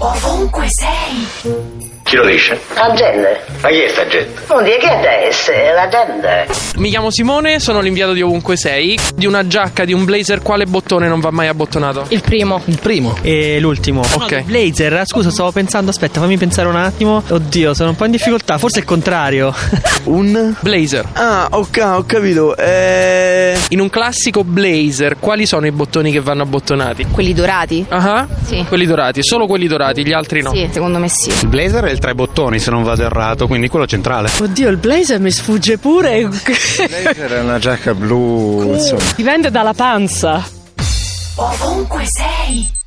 Ovunque sei. Chi lo dice? La gente. Ma chi è sta gente? Non dire che è essere, la gente. Mi chiamo Simone, sono l'inviato di Ovunque Sei. Di una giacca, di un blazer, quale bottone non va mai abbottonato? Il primo. E l'ultimo. Ok. Blazer, scusa, stavo pensando, aspetta, fammi pensare un attimo. Oddio, sono un po' in difficoltà, forse il contrario. Un? Blazer. Ah, ok, ho capito. In un classico blazer, quali sono i bottoni che vanno abbottonati? Quelli dorati? Ah, Sì. quelli dorati, solo quelli dorati, gli altri no. Sì, secondo me sì. Il blazer è il tre bottoni, se non vado errato, quindi quello centrale. Oddio, il blazer mi sfugge pure. Blazer è una giacca blu, insomma. Dipende dalla panza. Ovunque sei.